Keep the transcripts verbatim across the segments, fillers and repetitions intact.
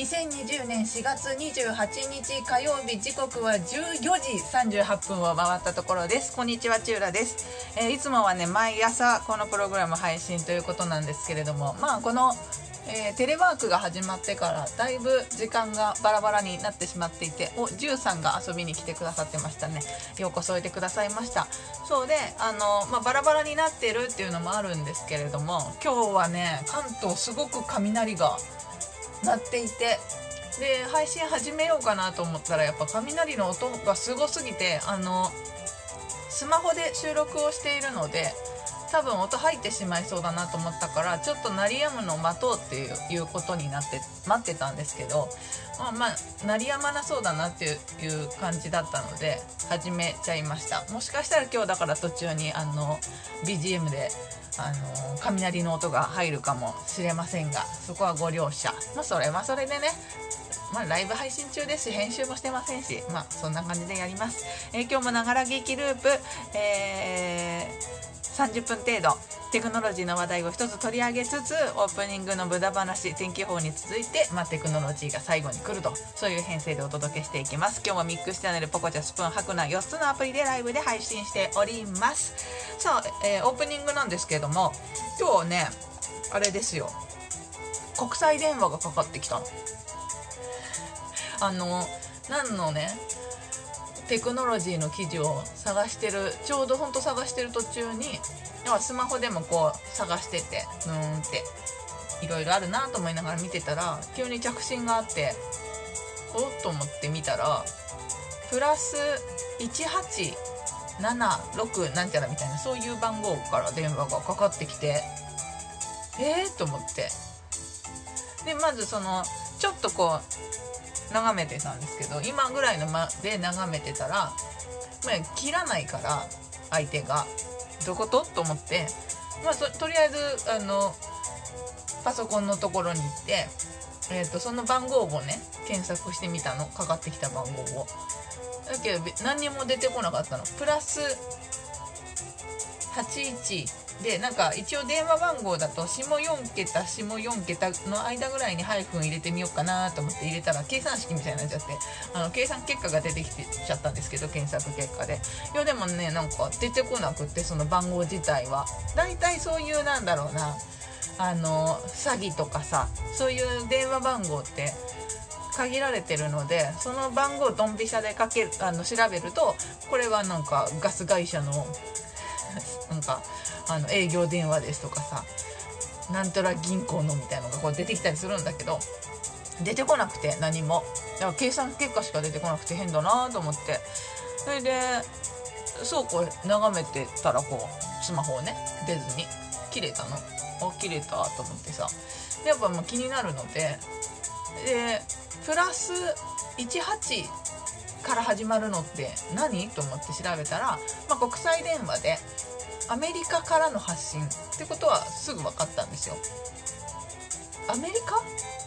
せんにじゅうねんしがつにじゅうはちにち火曜日、時刻はじゅうよじさんじゅうはっぷんを回ったところです。こんにちは、ちうらです。えー、いつもはね毎朝このプログラム配信ということなんですけれども、まあこの、えー、テレワークが始まってからだいぶ時間がバラバラになってしまっていて、おじゅうさんが遊びに来てくださってましたね。ようこそおいでくださいました。そうであの、まあ、バラバラになってるっていうのもあるんですけれども、今日はね関東すごく雷が鳴っていて、で配信始めようかなと思ったらやっぱ雷の音がすごすぎて、あのスマホで収録をしているので多分音入ってしまいそうだなと思ったから、ちょっと鳴り止むのを待とうっていういうことになって待ってたんですけど、まあ、まあ鳴り止まなそうだなっていう感じだったので始めちゃいました。もしかしたら今日だから途中にあの ビージーエム であの雷の音が入るかもしれませんが、そこはご了承。まあそれはそれでね、まあ、ライブ配信中ですし編集もしてませんし、まあそんな感じでやります。えー、今日もながら聞きループ、えー、さんじゅっぷん程度テクノロジーの話題を一つ取り上げつつ、オープニングの無駄話、天気予報に続いて、まあ、テクノロジーが最後に来ると、そういう編成でお届けしていきます。今日もミックスチャンネル、ポコチャ、スプーン、ハクナよっつのアプリでライブで配信しております。さあ、えー、オープニングなんですけれども、今日ねあれですよ、国際電話がかかってきたの。あの何のねテクノロジーの記事を探してる、ちょうどほんと探してる途中に、スマホでもこう探してて、うーんっていろいろあるなと思いながら見てたら、急に着信があって、おっと思って見たらプラスいちはちななろくなんちゃらみたいな、そういう番号から電話がかかってきて、えーと思って、でまずそのちょっとこう眺めてたんですけど、今ぐらいの間で眺めてたら、まあ、切らないから相手がどことと思って、まあ、とりあえずあのパソコンのところに行って、えー、とその番号をね検索してみたの、かかってきた番号を。だけど何にも出てこなかったの。プラスはちいちで、なんか一応電話番号だと下よんけた下よんけたの間ぐらいにハイフン入れてみようかなと思って入れたら計算式みたいになっちゃって、あの計算結果が出てきちゃったんですけど、検索結果で。いやでもねなんか出てこなくって、その番号自体はだいたいそういうなんだろうな、あの詐欺とかさ、そういう電話番号って限られてるので、その番号をドンピシャでかけるあの調べると、これはなんかガス会社のなんかあの営業電話ですとかさ、なんとら銀行のみたいなのがこう出てきたりするんだけど、出てこなくて何も、だから計算結果しか出てこなくて変だなと思って、それでそうこう眺めてたら、こうスマホをね出ずに切れたの。あ、切れたと思ってさ、でやっぱもう気になるので、でプラスいちはちから始まるのって何と思って調べたら、まあ、国際電話でアメリカからの発信ってことはすぐ分かったんですよ。アメリカ？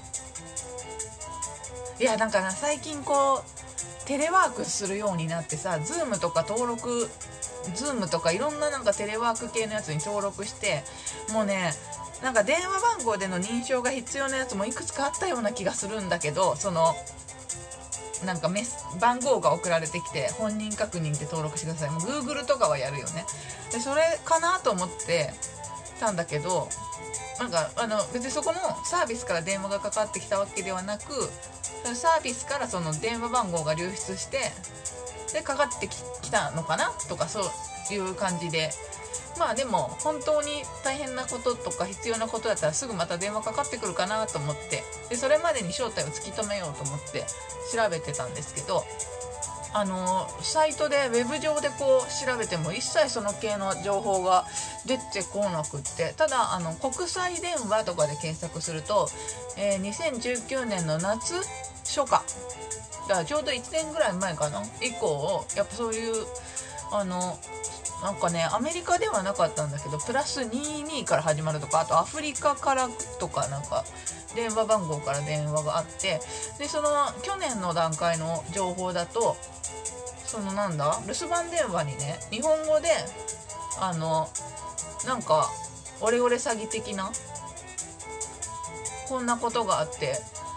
いやなんかな、最近こうテレワークするようになってさ、ズームとか登録ズームとかいろんななんかテレワーク系のやつに登録して、もうねなんか電話番号での認証が必要なやつもいくつかあったような気がするんだけど、そのなんかメス番号が送られてきて、本人確認って登録してください。もう Google とかはやるよね。でそれかなと思ってたんだけど、なんかあの別にそこのサービスから電話がかかってきたわけではなく、サービスからその電話番号が流出して、でかかってきたのかなとか、そういう感じで、まあでも本当に大変なこととか必要なことだったらすぐまた電話かかってくるかなと思って、でそれまでに正体を突き止めようと思って調べてたんですけど、あのサイトでウェブ上でこう調べても一切その系の情報が出てこなくって、ただあの国際電話とかで検索すると、えー、にせんじゅうきゅうねんの夏初夏だからちょうどいちねんぐらい前かな以降、やっぱそういうあのなんかねアメリカではなかったんだけど、プラスにじゅうにから始まるとか、あとアフリカからとかなんか電話番号から電話があって、でその去年の段階の情報だと、そのなんだ留守番電話にね日本語であのなんかオレオレ詐欺的なこんなことがあって、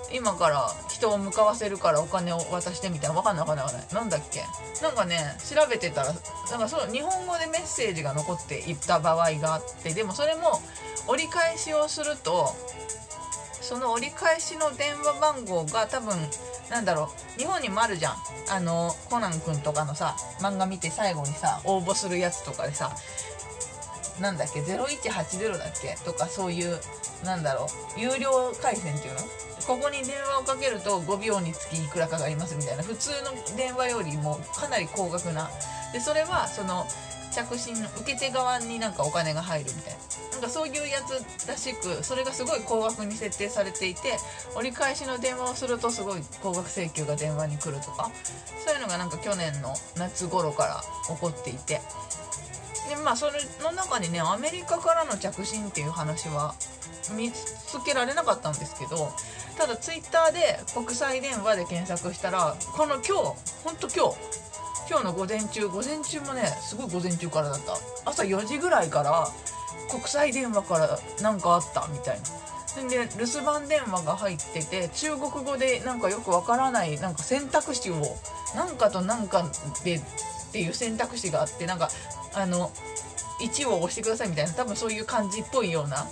今から人を向かわせるからお金を渡してみたいな、わかんないわかんないわかんない、なんだっけ、なんかね調べてたらなんかそう日本語でメッセージが残っていった場合があって、でもそれも折り返しをするとその折り返しの電話番号が多分なんだろう、日本にもあるじゃん、あのコナン君とかのさ漫画見て最後にさ応募するやつとかでさ、なんだっけゼロいちはちゼロだっけとか、そういうなんだろう有料回線っていうの、ここに電話をかけるとごびょうにつきいくらかかりますみたいな、普通の電話よりもかなり高額なで、それはその着信の受け手側になんかお金が入るみたいな、なんかそういうやつらしく、それがすごい高額に設定されていて、折り返しの電話をするとすごい高額請求が電話に来るとか、そういうのがなんか去年の夏頃から起こっていて、でまあそれの中にねアメリカからの着信っていう話は見つけられなかったんですけど、ただツイッターで国際電話で検索したら、この今日ほんと今日今日の午前中午前中もねすごい午前中からだった、朝よじぐらいから国際電話からなんかあったみたいなで、留守番電話が入ってて、中国語でなんかよくわからないなんか選択肢をなんかとなんかでっていう選択肢があって、なんかあのいちを押してくださいみたいな、多分そういう感じっぽいような、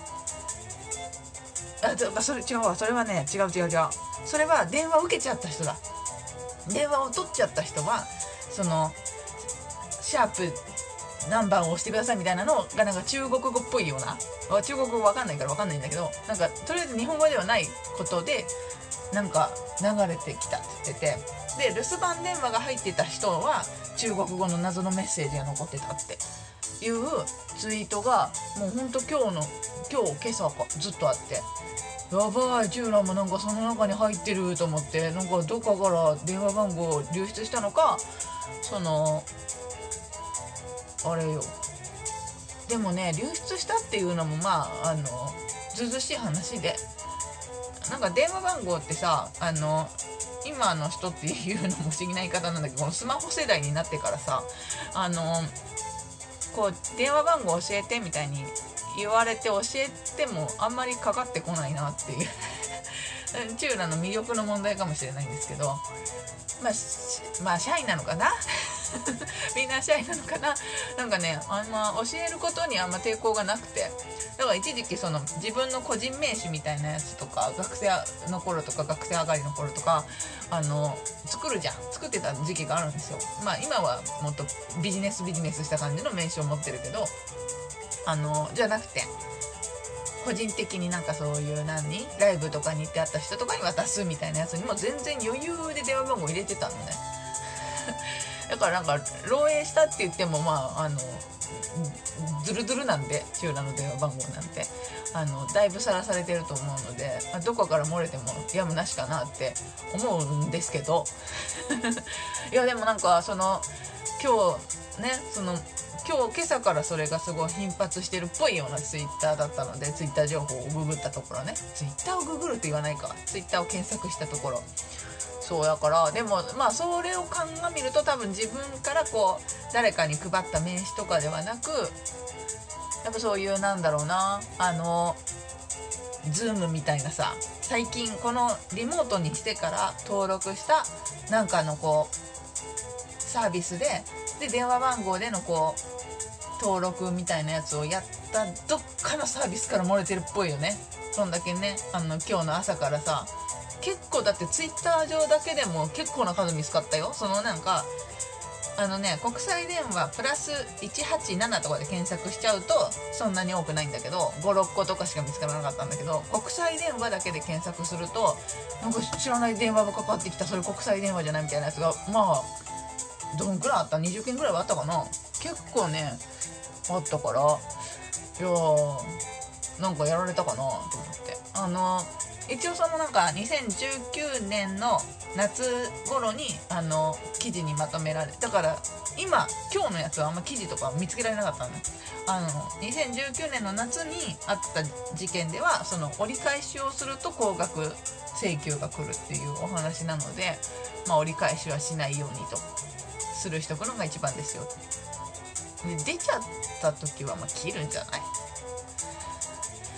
あそれ違うわ、それはね違う違う違う、それは電話受けちゃった人だ、電話を取っちゃった人はそのシャープ何番を押してくださいみたいなのがなんか中国語っぽいような、中国語わかんないからわかんないんだけど、なんかとりあえず日本語ではないことでなんか流れてきたって言ってて、で留守番電話が入ってた人は中国語の謎のメッセージが残ってたっていうツイートがもうほんと今日の今日今朝かずっとあって、やばいチューラもなんかその中に入ってると思って、なんかどっかから電話番号を流出したのか、そのあれよ、でもね流出したっていうのもまああのずうずうしい話で、なんか電話番号ってさ、あの今の人っていうのも不思議な言い方なんだけど、このスマホ世代になってからさ、あのこう電話番号教えてみたいに言われて教えてもあんまりかかってこないなっていうチューラの魅力の問題かもしれないんですけど、まあまあシャイなのかなみんなシャイなのかな、なんかねあんま教えることにあんま抵抗がなくて、だから一時期その自分の個人名詞みたいなやつとか学生の頃とか学生上がりの頃とかあの作るじゃん作ってた時期があるんですよ。まあ今はもっとビジネスビジネスした感じの名詞を持ってるけど、あのじゃなくて個人的になんかそういう何ライブとかに行ってあった人とかに渡すみたいなやつにも全然余裕で電話番号入れてたのねだからなんか漏洩したって言ってもまああのズルズルなんで、チューラの電話番号なんてあのだいぶさらされてると思うので、まあ、どこから漏れてもやむなしかなって思うんですけどいやでもなんかその今日ねその今日今朝からそれがすごい頻発してるっぽいようなツイッターだったので、ツイッター情報をググったところね、ツイッターをググるって言わないか、ツイッターを検索したところ、そうだからでもまあそれを鑑みると多分自分からこう誰かに配った名刺とかではなく、やっぱそういうなんだろうな、あのズームみたいなさ、最近このリモートにしてから登録したなんかのこうサービスでで電話番号でのこう登録みたいなやつをやったどっかのサービスから漏れてるっぽいよね。そんだけねあの今日の朝からさ結構だってツイッター上だけでも結構な数見つかったよ。そのなんかあのね国際電話プラスいちはちななとかで検索しちゃうとそんなに多くないんだけどごろっことかしか見つからなかったんだけど、国際電話だけで検索するとなんか知らない電話がかかってきた、それ国際電話じゃないみたいなやつがまあどんくらいあった、にじゅっけんぐらいはあったかな、結構ねあったから、いやーなんかやられたかなと思って、あの一応そのなんかにせんじゅうきゅうねんの夏頃にあの記事にまとめられ、だから今今日のやつはあんま記事とか見つけられなかったのね。あのにせんじゅうきゅうねんの夏にあった事件ではその折り返しをすると高額請求が来るっていうお話なので、まあ、折り返しはしないようにとする人のが一番ですよ。で出ちゃった時はまあ切るんじゃない。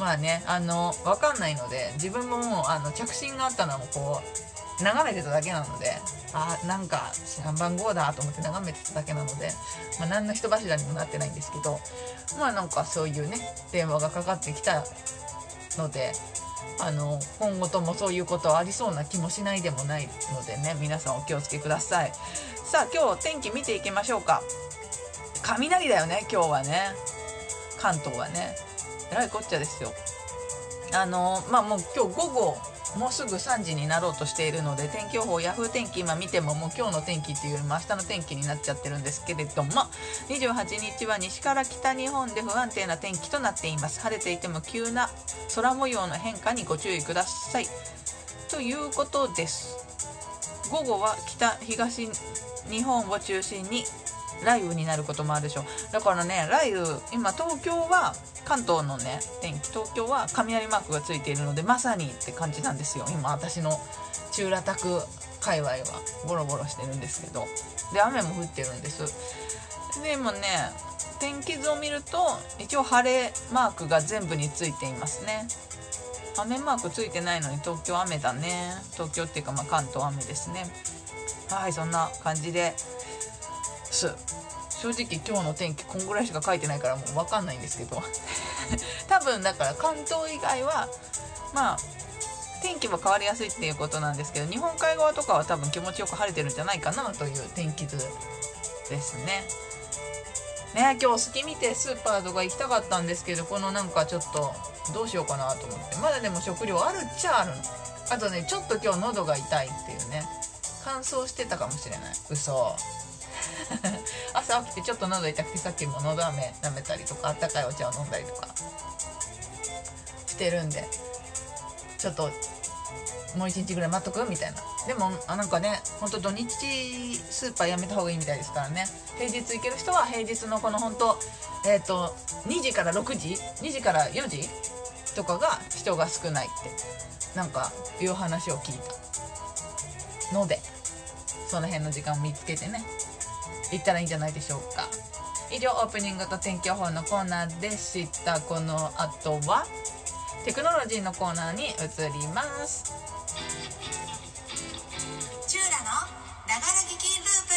まあね、あの分かんないので、自分ももうあの着信があったのはもうこう眺めてただけなので、あなんか知らん番号だと思って眺めてただけなので、まあ、何の人柱にもなってないんですけど、まあなんかそういうね電話がかかってきたので、あの今後ともそういうことはありそうな気もしないでもないのでね、皆さんお気をつけください。さあ今日天気見ていきましょうか。雷だよね今日はね、関東はねえらいこっちゃですよ。あのまあもう今日午後もうすぐさんじになろうとしているので、天気予報ヤフー天気今見てももう今日の天気っていうよりも明日の天気になっちゃってるんですけれども、にじゅうはちにちは西から北日本で不安定な天気となっています。晴れていても急な空模様の変化にご注意くださいということです。午後は北東日本を中心に雷雨になることもあるでしょう。だからね雷雨、今東京は関東のね天気、東京は雷マークがついているのでまさにって感じなんですよ。今私の中羅宅界隈はボロボロしてるんですけど、で雨も降ってるんです。でもね天気図を見ると一応晴れマークが全部についていますね。雨マークついてないのに東京雨だね。東京っていうかまあ関東雨ですね。はい、そんな感じです正直今日の天気こんぐらいしか書いてないからもう分かんないんですけど多分だから関東以外はまあ天気は変わりやすいっていうことなんですけど、日本海側とかは多分気持ちよく晴れてるんじゃないかなという天気図ですね。ね今日隙見てスーパーとか行きたかったんですけど、このなんかちょっとどうしようかなと思って、まだでも食料あるっちゃあるの。あとねちょっと今日喉が痛いっていうね、乾燥してたかもしれない。嘘朝起きてちょっと喉痛くてさっきも喉飴舐めたりとかあったかいお茶を飲んだりとかしてるんで、ちょっともう一日ぐらい待っとくみたいな。でもあなんかねほんと土日スーパーやめた方がいいみたいですからね。平日行ける人は平日のこのほんとえっとにじからろくじにじからよじとかが人が少ないってなんかいう話を聞いたので、その辺の時間を見つけてね行ったらいいんじゃないでしょうか。以上オープニングと天気予報のコーナーでした。この後はテクノロジーのコーナーに移ります。 チューラのながら聞きループ。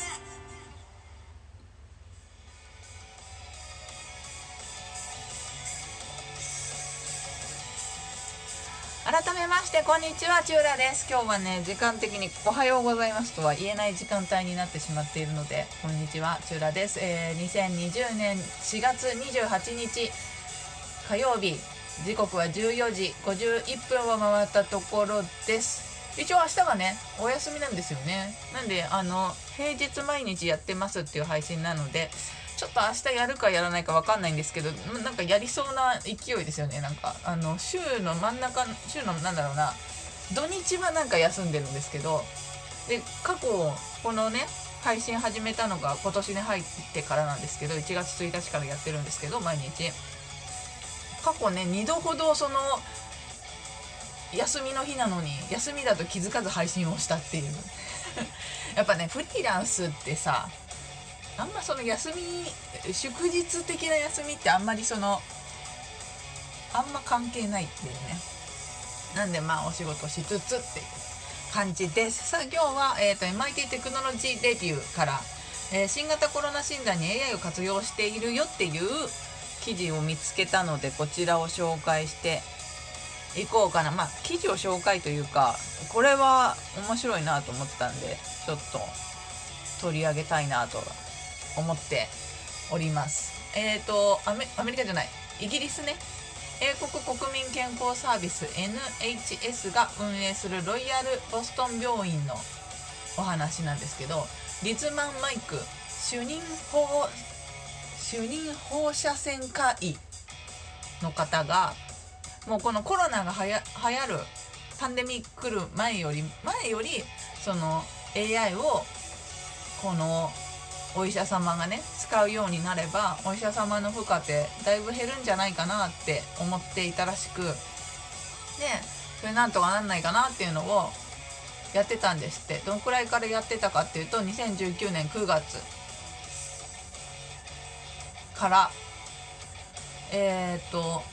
改めましてこんにちは、チューラです。今日はね時間的におはようございますとは言えない時間帯になってしまっているので、こんにちは、チューラです。えー、にせんにじゅうねんしがつにじゅうはちにち火曜日、時刻はじゅうよじごじゅういっぷんを回ったところです。一応明日がねお休みなんですよね。なんであの平日毎日やってますっていう配信なので、ちょっと明日やるかやらないか分かんないんですけど、なんかやりそうな勢いですよね。なんかあの週の真ん中、週のなんだろうな、土日はなんか休んでるんですけど、で過去このね配信始めたのが今年に入ってからなんですけど、いちがつついたちからやってるんですけど、毎日過去ねにどほどその休みの日なのに休みだと気づかず配信をしたっていうやっぱねフリーランスってさ、あんまその休み祝日的な休みってあんまりそのあんま関係ないっていうね。なんでまあお仕事しつつっていう感じです。さあ今日は、えー、と エムアイティー テクノロジーレビューから、えー、新型コロナ診断に エーアイ を活用しているよっていう記事を見つけたので、こちらを紹介していこうかな。まあ記事を紹介というか、これは面白いなと思ったんでちょっと取り上げたいなと思っております。えっ、ー、とアメ、アメリカじゃないイギリスね、英国国民健康サービス エヌエイチエス が運営するロイヤルボストン病院のお話なんですけど、リズマン・マイク主任放主任放射線科医の方が、もうこのコロナがはや流行るパンデミック来る前より前よりその エーアイ をこのお医者様がね使うようになれば、お医者様の負荷ってだいぶ減るんじゃないかなって思っていたらしく、でそれなんとかなんないかなっていうのをやってたんですって。どのくらいからやってたかっていうと、にせんじゅうきゅうねんくがつからえっと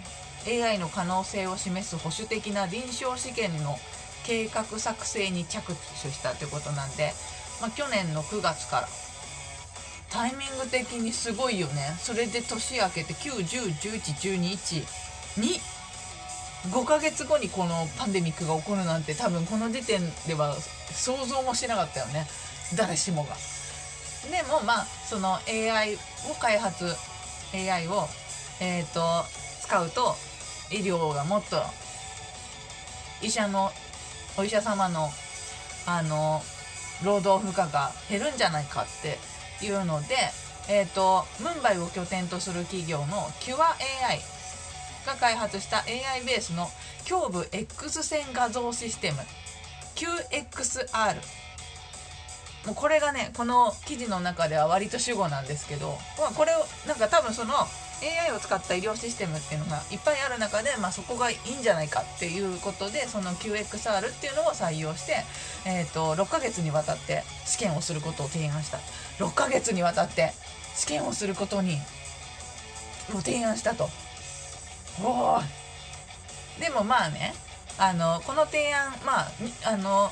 エーアイ の可能性を示す保守的な臨床試験の計画作成に着手したということなんで、まあ、去年のくがつからタイミング的にすごいよね。それで年明けてきゅう、じゅう、じゅういち、じゅうににちにごかげつごにこのパンデミックが起こるなんて、多分この時点では想像もしなかったよね、誰しもが。でもまあその エーアイ を開発 エーアイ を、えー、と使うと医療がもっと医者のお医者様のあの労働負荷が減るんじゃないかっていうので、えー、とムンバイを拠点とする企業のキュア エーアイ が開発した エーアイ ベースの胸部 X 線画像システム キューエックスアール、もうこれがねこの記事の中では割と主語なんですけど、まあ、これをなんか多分その エーアイ を使った医療システムっていうのがいっぱいある中で、まあ、そこがいいんじゃないかっていうことで、その キューエックスアール っていうのを採用して、えー、とろっかげつにわたって試験をすることを提案した。ろっかげつにわたって試験をすることにを提案したと。おーでもまあね、あのこの提案まああの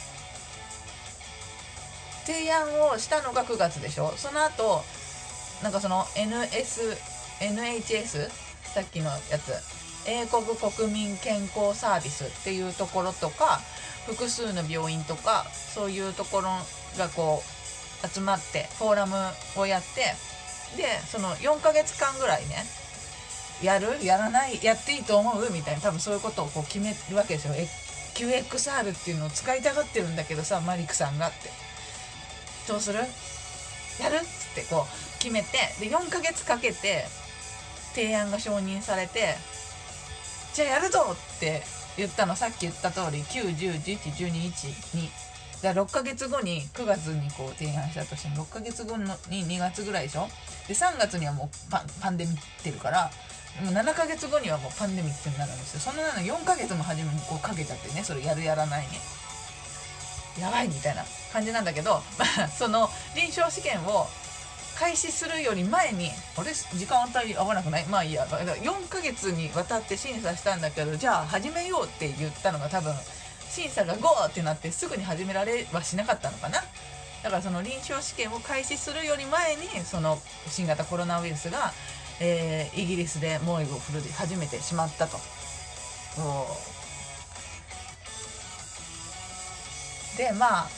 提案をしたのがくがつでしょ。その後なんかその エヌエス エヌエイチエス さっきのやつ英国国民健康サービスっていうところとか複数の病院とかそういうところがこう集まってフォーラムをやって、でそのよんかげつかんぐらいねやるやらないやっていいと思うみたいな、多分そういうことをこう決めるわけですよ。 キューエックスアール っていうのを使いたがってるんだけどさ、マリクさんがってどうするやるっつってこう決めて、でよんかげつかけて提案が承認されて、じゃあやるぞって言ったの、さっき言った通りきゅう、じゅう、じゅういち、じゅうににちにだろっかげつごにくがつにこう提案したとしてもろっかげつごににがつぐらいでしょ。でさんがつにはもう パ, パンデミってるからもうななかげつごにはもうパンデミックになるんですよ。そんなのよんかげつも初めにこうかけちゃってね、それやるやらないにやばいみたいな感じなんだけど、まあ、その臨床試験を開始するより前にあれ時間帯合わなくない、まあいいや、よんかげつにわたって審査したんだけど、じゃあ始めようって言ったのが多分審査がゴーってなってすぐに始められはしなかったのかな。だからその臨床試験を開始するより前にその新型コロナウイルスが、えー、イギリスで猛威を振るい始めてしまったと。でまあ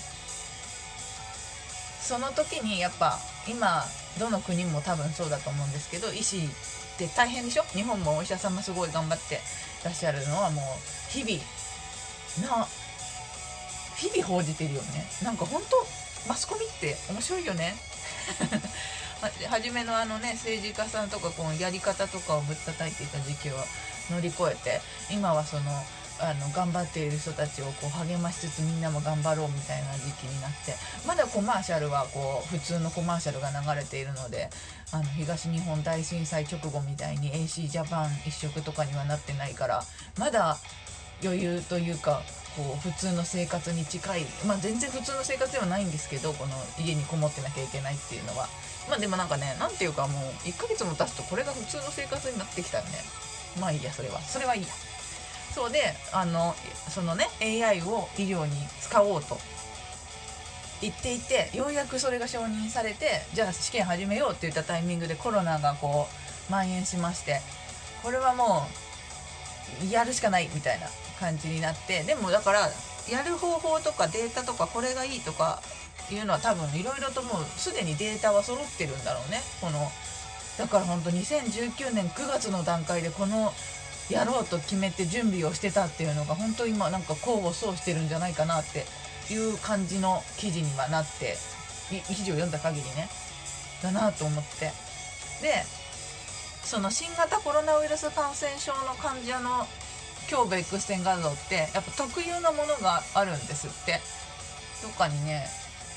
その時にやっぱ今どの国も多分そうだと思うんですけど、医師って大変でしょ。日本もお医者様すごい頑張ってらっしゃるのはもう日々な日々報じてるよね。なんか本当マスコミって面白いよね初めのあのね政治家さんとかこのやり方とかをぶったたいていた時期を乗り越えて、今はそのあの頑張っている人たちをこう励ましつつみんなも頑張ろうみたいな時期になって、まだコマーシャルはこう普通のコマーシャルが流れているので、あの東日本大震災直後みたいに エーシー ジャパン一色とかにはなってないから、まだ余裕というかこう普通の生活に近い、まあ全然普通の生活ではないんですけど、この家にこもってなきゃいけないっていうのはまあでもなんかね、なんていうかもういっかげつも経つとこれが普通の生活になってきたよね。まあいいや、それはそれはいいや。そうで、あのそのね エーアイ を医療に使おうと言っていて、ようやくそれが承認されて、じゃあ試験始めようって言ったタイミングでコロナがこう蔓延しまして、これはもうやるしかないみたいな感じになって、でもだからやる方法とかデータとかこれがいいとかいうのは多分いろいろともうすでにデータは揃ってるんだろうね。このだから本当にせんじゅうきゅうねんくがつの段階でこのやろうと決めて準備をしてたっていうのが本当今なんか功を奏してるんじゃないかなっていう感じの記事にはなって、記事を読んだ限りねだなと思って、でその新型コロナウイルス感染症の患者の胸部 X 線画像ってやっぱ特有のものがあるんですって。どっかにね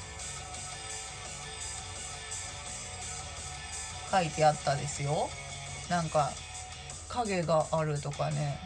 書いてあったですよ。なんか影があるとかね、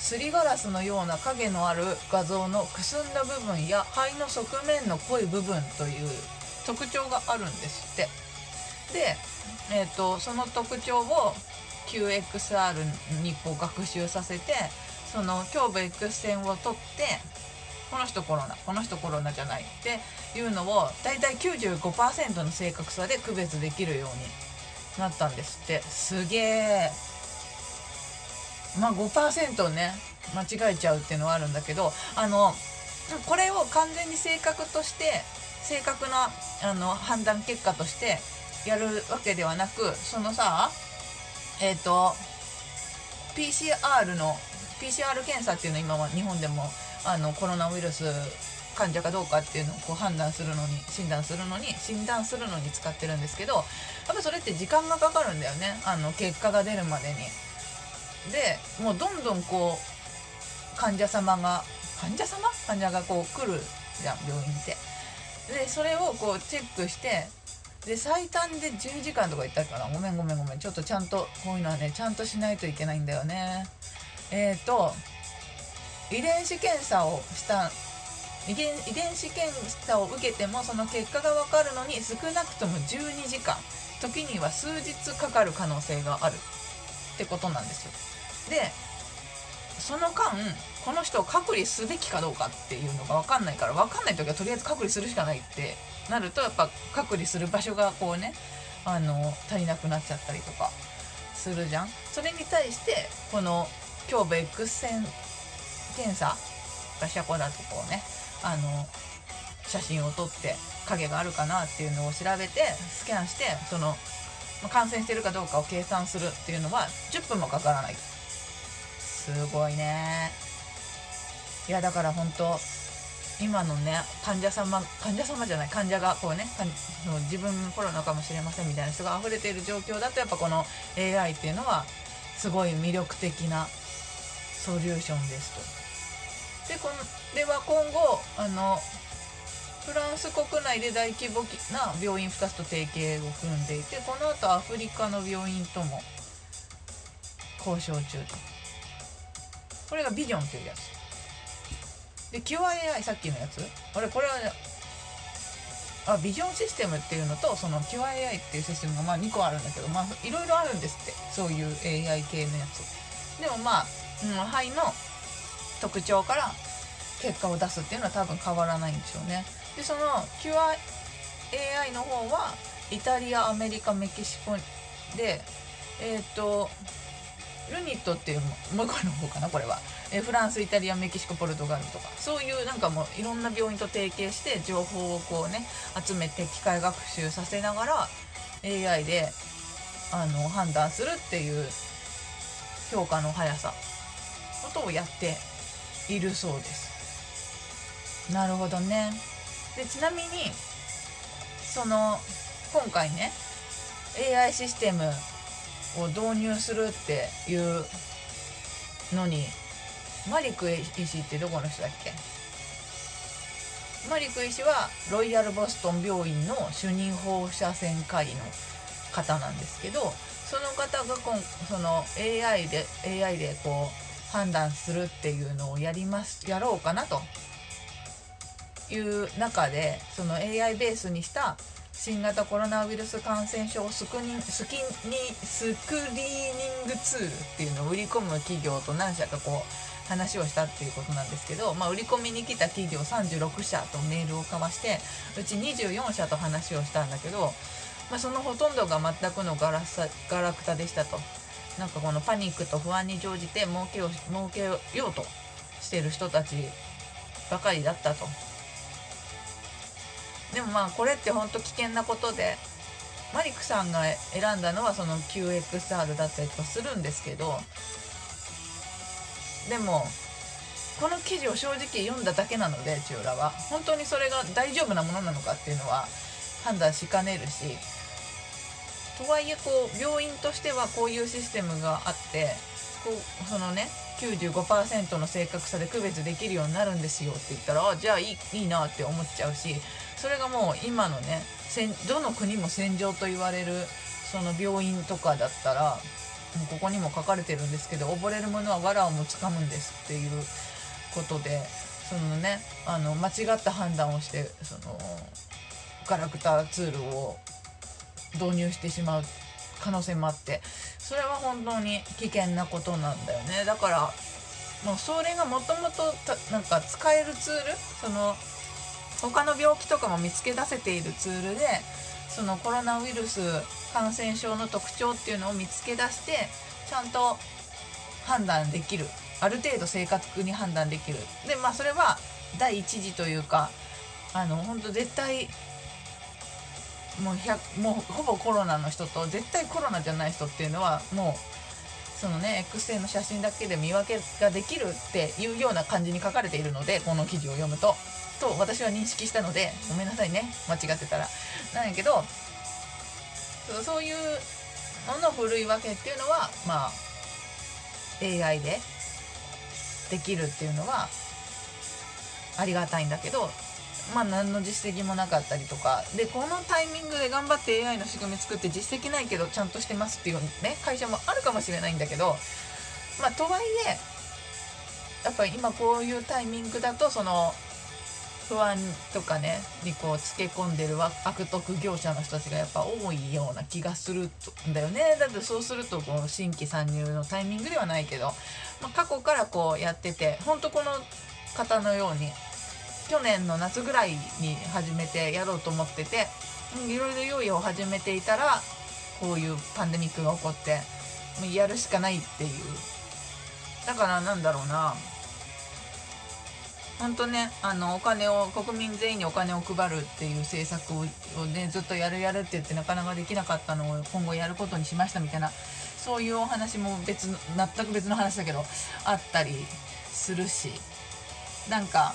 すりガラスのような影のある画像のくすんだ部分や肺の側面の濃い部分という特徴があるんですって。で、えーと、その特徴を キューエックスアール にこう学習させて、その胸部 X 線を取って、この人コロナこの人コロナじゃないっていうのをだいたい きゅうじゅうごパーセント の正確さで区別できるようになったんですって。すげえ。まあ ごパーセント ね間違えちゃうっていうのはあるんだけど、あのこれを完全に正確として正確なあの判断結果としてやるわけではなく、そのさえっと ピーシーアール の ピーシーアール 検査っていうのを今は日本でもあのコロナウイルス患者かどうかっていうのをこう判断するのに診断するのに診断するのに使ってるんですけど、やっぱそれって時間がかかるんだよね、あの結果が出るまでに。でもうどんどんこう患者様が患者様患者がこう来るじゃん、病院って。でそれをこうチェックして、で最短でじゅうじかんとか言ったかな。ごめんごめんごめんちょっとちゃんとこういうのはねちゃんとしないといけないんだよね。えーと遺伝子検査をした遺伝、遺伝子検査を受けてもその結果が分かるのに少なくともじゅうにじかん、時には数日かかる可能性があるってことなんですよ。でその間この人を隔離すべきかどうかっていうのが分かんないから、分かんない時はとりあえず隔離するしかないってなると、やっぱ隔離する場所がこうねあの足りなくなっちゃったりとかするじゃん。それに対してこの胸部 X 線検査がシャコだとこうねあの写真を撮って影があるかなっていうのを調べてスキャンして、その感染してるかどうかを計算するっていうのはじゅっぷんもかからない。すごいね。いやだから本当今のね患者様患者様じゃない患者がこうね自分コロナかもしれませんみたいな人が溢れている状況だと、やっぱこの エーアイ っていうのはすごい魅力的なソリューションですと。でこれは今後あのフランス国内で大規模な病院ふたつと提携を組んでいて、この後アフリカの病院とも交渉中と。これがビジョンというやつで、 キュア エーアイ さっきのやつ、あれこれはねあビジョンシステムっていうのとその キュア エーアイ っていうシステムがまあにこあるんだけど、まあいろいろあるんですって、そういう エーアイ 系のやつでもまあ、うん、肺の特徴から結果を出すっていうのは多分変わらないんでしょうね。でその キュア エーアイ の方はイタリア、アメリカ、メキシコでえっ、ー、とルニットっていうもう一個の方かなこれは、えー、フランス、イタリア、メキシコ、ポルトガルとかそういうなんかもういろんな病院と提携して情報をこうね集めて機械学習させながら エーアイ であの判断するっていう評価の速さことをやっているそうです。なるほどね。でちなみにその今回ね エーアイ システムを導入するっていうのにマリク医師ってどこの人だっけ。マリク医師はロイヤルボストン病院の主任放射線科医の方なんですけど、その方が今その エーアイ で エーアイ でこう判断するっていうのをやりますやろうかなという中で、その エーアイ ベースにした新型コロナウイルス感染症スクニスキにスクリーニングツールっていうのを売り込む企業と何社かこう話をしたっていうことなんですけど、まあ、売り込みに来た企業さんじゅうろくしゃとメールを交わして、うちにじゅうよんしゃと話をしたんだけど、まあ、そのほとんどが全くのガラスガラクタでしたと。なんかこのパニックと不安に乗じて儲けを儲けようとしている人たちばかりだったと。でもまあこれって本当危険なことで、マリクさんが選んだのはその キューエックスアール だったりとかするんですけど、でもこの記事を正直読んだだけなので、千代は本当にそれが大丈夫なものなのかっていうのは判断しかねるし、とはいえこう病院としてはこういうシステムがあって、こうそのね きゅうじゅうごパーセント の正確さで区別できるようになるんですよって言ったら、あじゃあいい、いいなって思っちゃうし、それがもう今のねどの国も戦場と言われるその病院とかだったらここにも書かれてるんですけど、溺れる者は藁をもつかむんですっていうことで、そのねあの間違った判断をしてそのガラクタツールを導入してしまう可能性もあって、それは本当に危険なことなんだよね。だからもうそれがもともとなんか使えるツール、その他の病気とかも見つけ出せているツールで、そのコロナウイルス感染症の特徴っていうのを見つけ出してちゃんと判断できる、ある程度正確に判断できる。でまあそれは第一次というか、あの本当絶対もうひゃくもうほぼコロナの人と絶対コロナじゃない人っていうのはもうそのね X 線の写真だけで見分けができるっていうような感じに書かれているので、この記事を読むとと私は認識したので、ごめんなさいね間違ってたらなんやけど、そう、そういうののふるい分けっていうのはまあ エーアイ でできるっていうのはありがたいんだけど、まあ何の実績もなかったりとかで、このタイミングで頑張って エーアイ の仕組み作って実績ないけどちゃんとしてますっていうね会社もあるかもしれないんだけど、まあとはいえやっぱり今こういうタイミングだとその不安とかねにこうつけ込んでる悪徳業者の人たちがやっぱ多いような気がするんだよね。だってそうするとこう新規参入のタイミングではないけど、まあ、過去からこうやってて、本当この方のように去年の夏ぐらいに始めてやろうと思ってて、いろいろ用意を始めていたらこういうパンデミックが起こってもうやるしかないっていう。だからなんだろうな、本当ねあのお金を国民全員にお金を配るっていう政策をねずっとやるやるって言ってなかなかできなかったのを今後やることにしましたみたいな、そういうお話も別全く別の話だけどあったりするし、なんか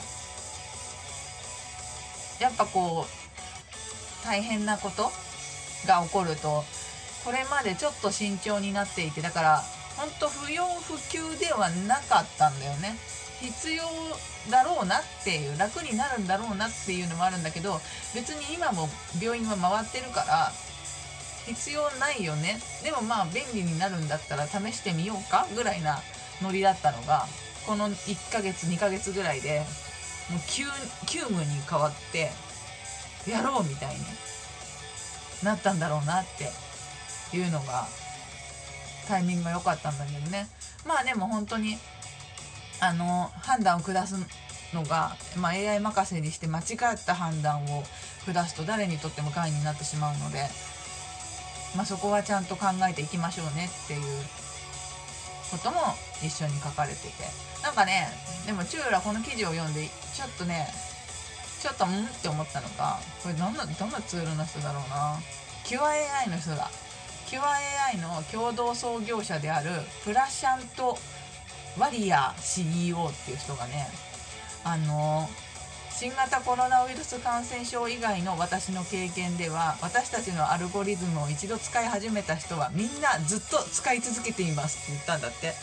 やっぱこう大変なことが起こるとこれまでちょっと慎重になっていて、だから本当不要不急ではなかったんだよね。必要だろうなっていう、楽になるんだろうなっていうのもあるんだけど、別に今も病院は回ってるから必要ないよね、でもまあ便利になるんだったら試してみようかぐらいなノリだったのが、このいっかげつにかげつぐらいでもう急急務に変わってやろうみたいになったんだろうなっていうのがタイミングが良かったんだけどね。まあでも本当にあの判断を下すのが、まあ、エーアイ 任せにして間違った判断を下すと誰にとっても害になってしまうので、まあ、そこはちゃんと考えていきましょうねっていうことも一緒に書かれていて、なんかねでもチューラこの記事を読んでちょっとねちょっとんって思ったのが、これどんなどんなツールの人だろうな、キュア エーアイ の人だ。キュア エーアイ の共同創業者であるプラシャント・ワリア シーイーオー っていう人がね、あの新型コロナウイルス感染症以外の私の経験では、私たちのアルゴリズムを一度使い始めた人はみんなずっと使い続けていますって言ったんだって。うーん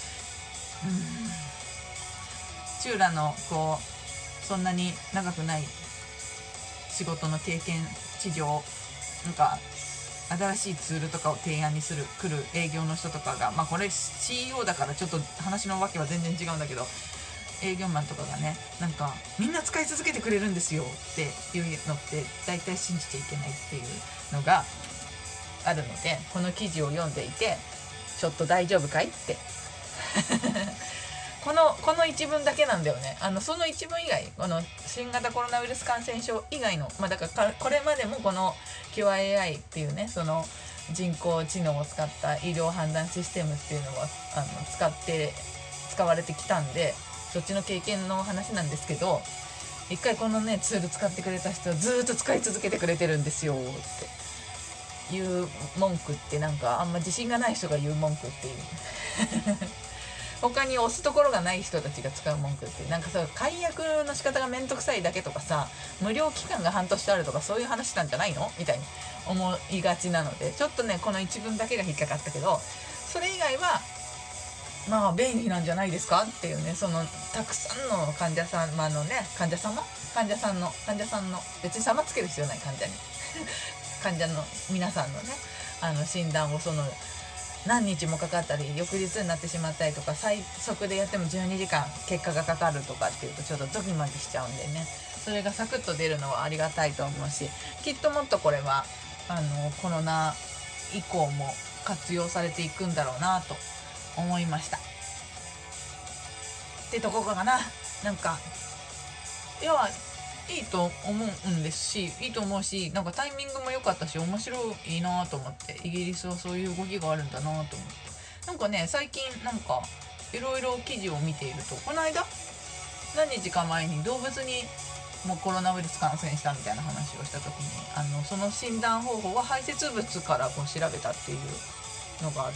チューラのこうそんなに長くない仕事の経験値上、なんか新しいツールとかを提案にする来る営業の人とかが、まあこれ シーイーオー だからちょっと話のわけは全然違うんだけど、営業マンとかがねなんかみんな使い続けてくれるんですよっていうのって大体信じちゃいけないっていうのがあるので、この記事を読んでいてちょっと大丈夫かいってこのこの一文だけなんだよね。あのその一文以外、この新型コロナウイルス感染症以外の、まあ、だからこれまでもこのキュア エーアイ っていうね、その人工知能を使った医療判断システムっていうのをあの使って使われてきたんで、そっちの経験の話なんですけど、一回このねツール使ってくれた人はずっと使い続けてくれてるんですよっていう文句って、なんかあんま自信がない人が言う文句っていう他に押すところがない人たちが使う文句って、なんかさ解約の仕方がめんどくさいだけとかさ、無料期間が半年あるとかそういう話なんじゃないのみたいに思いがちなので、ちょっとねこの一文だけが引っかかったけど、それ以外はまあ便利なんじゃないですかっていうね、そのたくさんの患者様のね患者様患者さんの患者さんの別に様つける必要ない患者に患者の皆さんのねあの診断をその何日もかかったり翌日になってしまったりとか、最速でやってもじゅうにじかん結果がかかるとかっていうとちょっとドキマキしちゃうんでね、それがサクッと出るのはありがたいと思うし、きっともっとこれはあのコロナ以降も活用されていくんだろうなと思いましたってとこかな。なんかいやいいと思うんですし、いいと思うし、なんかタイミングも良かったし面白いなと思って、イギリスはそういう動きがあるんだなと思って、なんかね最近なんかいろいろ記事を見ていると、この間何日か前に動物にもうコロナウイルス感染したみたいな話をした時に、あのその診断方法は排泄物からこう調べたっていうのがあって、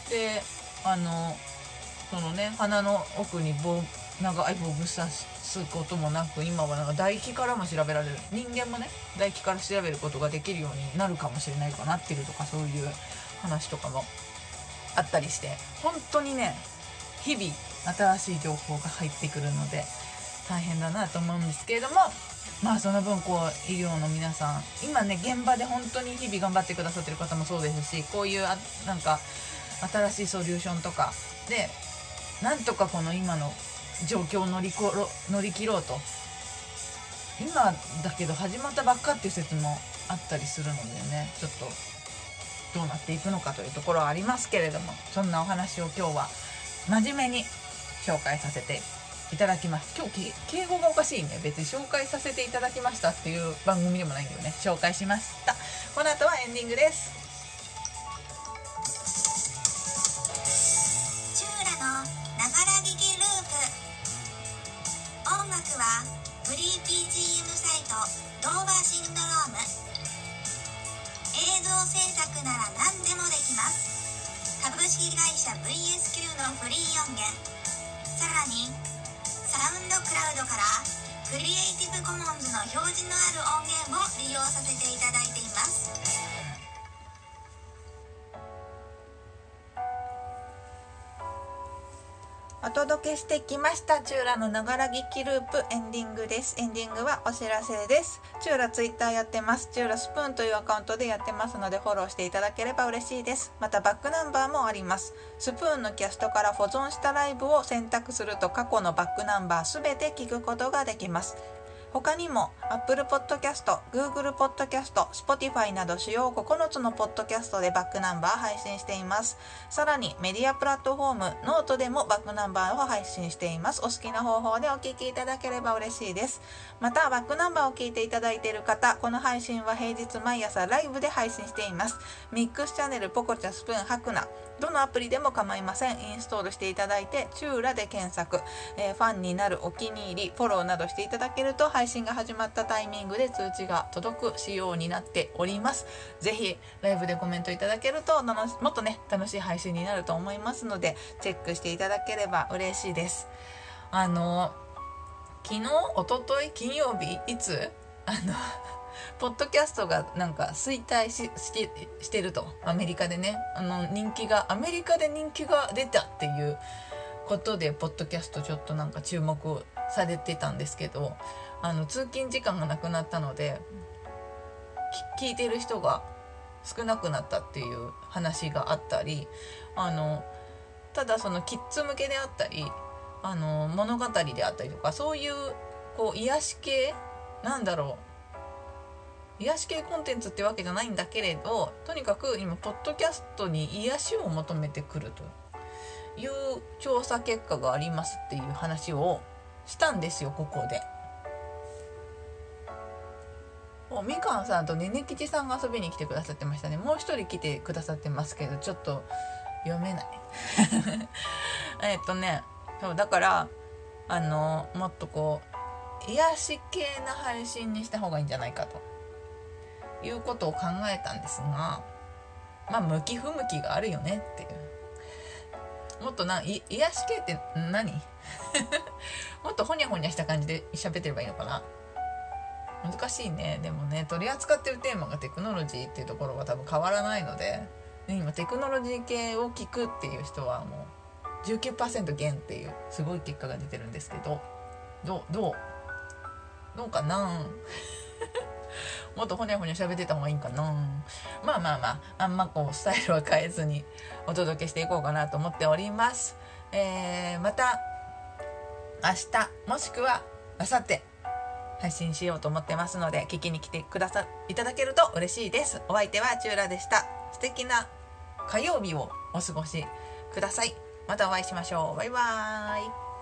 であのそのね鼻の奥に棒長い棒をぶっ刺すこともなく、今はなんか唾液からも調べられる、人間もね唾液から調べることができるようになるかもしれないかなってるとか、そういう話とかもあったりして、本当にね日々新しい情報が入ってくるので大変だなと思うんですけれども、まあその分こう医療の皆さん今ね現場で本当に日々頑張ってくださってる方もそうですし、こういうあなんか新しいソリューションとかでなんとかこの今の状況を乗りころ乗り切ろうと、今だけど始まったばっかっていう説もあったりするのでね、ちょっとどうなっていくのかというところはありますけれども、そんなお話を今日は真面目に紹介させていただきます。今日敬語がおかしいね。別に紹介させていただきましたっていう番組でもないんだよね。紹介しました。この後はエンディングです。 チューラのながら聞きループ。音楽はフリー ビージーエム サイトドーバーシンドローム。映像制作なら何でもできます。株式会社 ブイエスキュー のフリー音源、さらにサウンドクラウドからクリエイティブコモンズの表示のある音源を利用させていただいています。 お届けしてきましたチューラのながら聞きループ、エンディングです。エンディングはお知らせです。チューラツイッターやってます。チューラスプーンというアカウントでやってますのでフォローしていただければ嬉しいです。またバックナンバーもあります。スプーンのキャストから保存したライブを選択すると過去のバックナンバーすべて聞くことができます。他にも Apple Podcast、Google Podcast、Spotify など主要ここのつのポッドキャストでバックナンバー配信しています。さらにメディアプラットフォームノートでもバックナンバーを配信しています。お好きな方法でお聞きいただければ嬉しいです。またバックナンバーを聞いていただいている方、この配信は平日毎朝ライブで配信しています。ミックスチャンネル、ポコチャ、スプーン、ハクナ、どのアプリでも構いません。インストールしていただいてチューラで検索、えー、ファンになる、お気に入り、フォローなどしていただけると配信が始まったタイミングで通知が届く仕様になっております。ぜひライブでコメントいただけるともっとね楽しい配信になると思いますのでチェックしていただければ嬉しいです。あの昨日一昨日金曜日いつあのポッドキャストがなんか衰退 し, し, してると、アメリカでね、あの人気がアメリカで人気が出たっていうことでポッドキャストちょっとなんか注目されてたんですけど、あの通勤時間がなくなったので聞いてる人が少なくなったっていう話があったり、あのただそのキッズ向けであったり、あの物語であったりとか、そういうこう癒し系なんだろう癒し系コンテンツってわけじゃないんだけれど、とにかく今ポッドキャストに癒しを求めてくるという調査結果がありますっていう話をしたんですよ、ここで。みかんさんとねねきちさんが遊びに来てくださってましたね。もう一人来てくださってますけどちょっと読めないえっとねそうだからあのもっとこう癒し系な配信にした方がいいんじゃないかということを考えたんですが、まあ向き不向きがあるよねっていう。もっとない癒し系って何もっとホニャホニャした感じで喋ってればいいのかな。難しいね。でもね取り扱ってるテーマがテクノロジーっていうところは多分変わらないので、今テクノロジー系を聞くっていう人はもう じゅうきゅうパーセント 減っていうすごい結果が出てるんですけど、どうどうどうかなもっとほにゃほにゃ喋ってた方がいいんかな。まあまあまああんまこうスタイルは変えずにお届けしていこうかなと思っております。えー、また明日もしくは明後日配信しようと思ってますので、聞きに来てくださいただけると嬉しいです。お相手はチューラでした。素敵な火曜日をお過ごしください。またお会いしましょう。バイバーイ。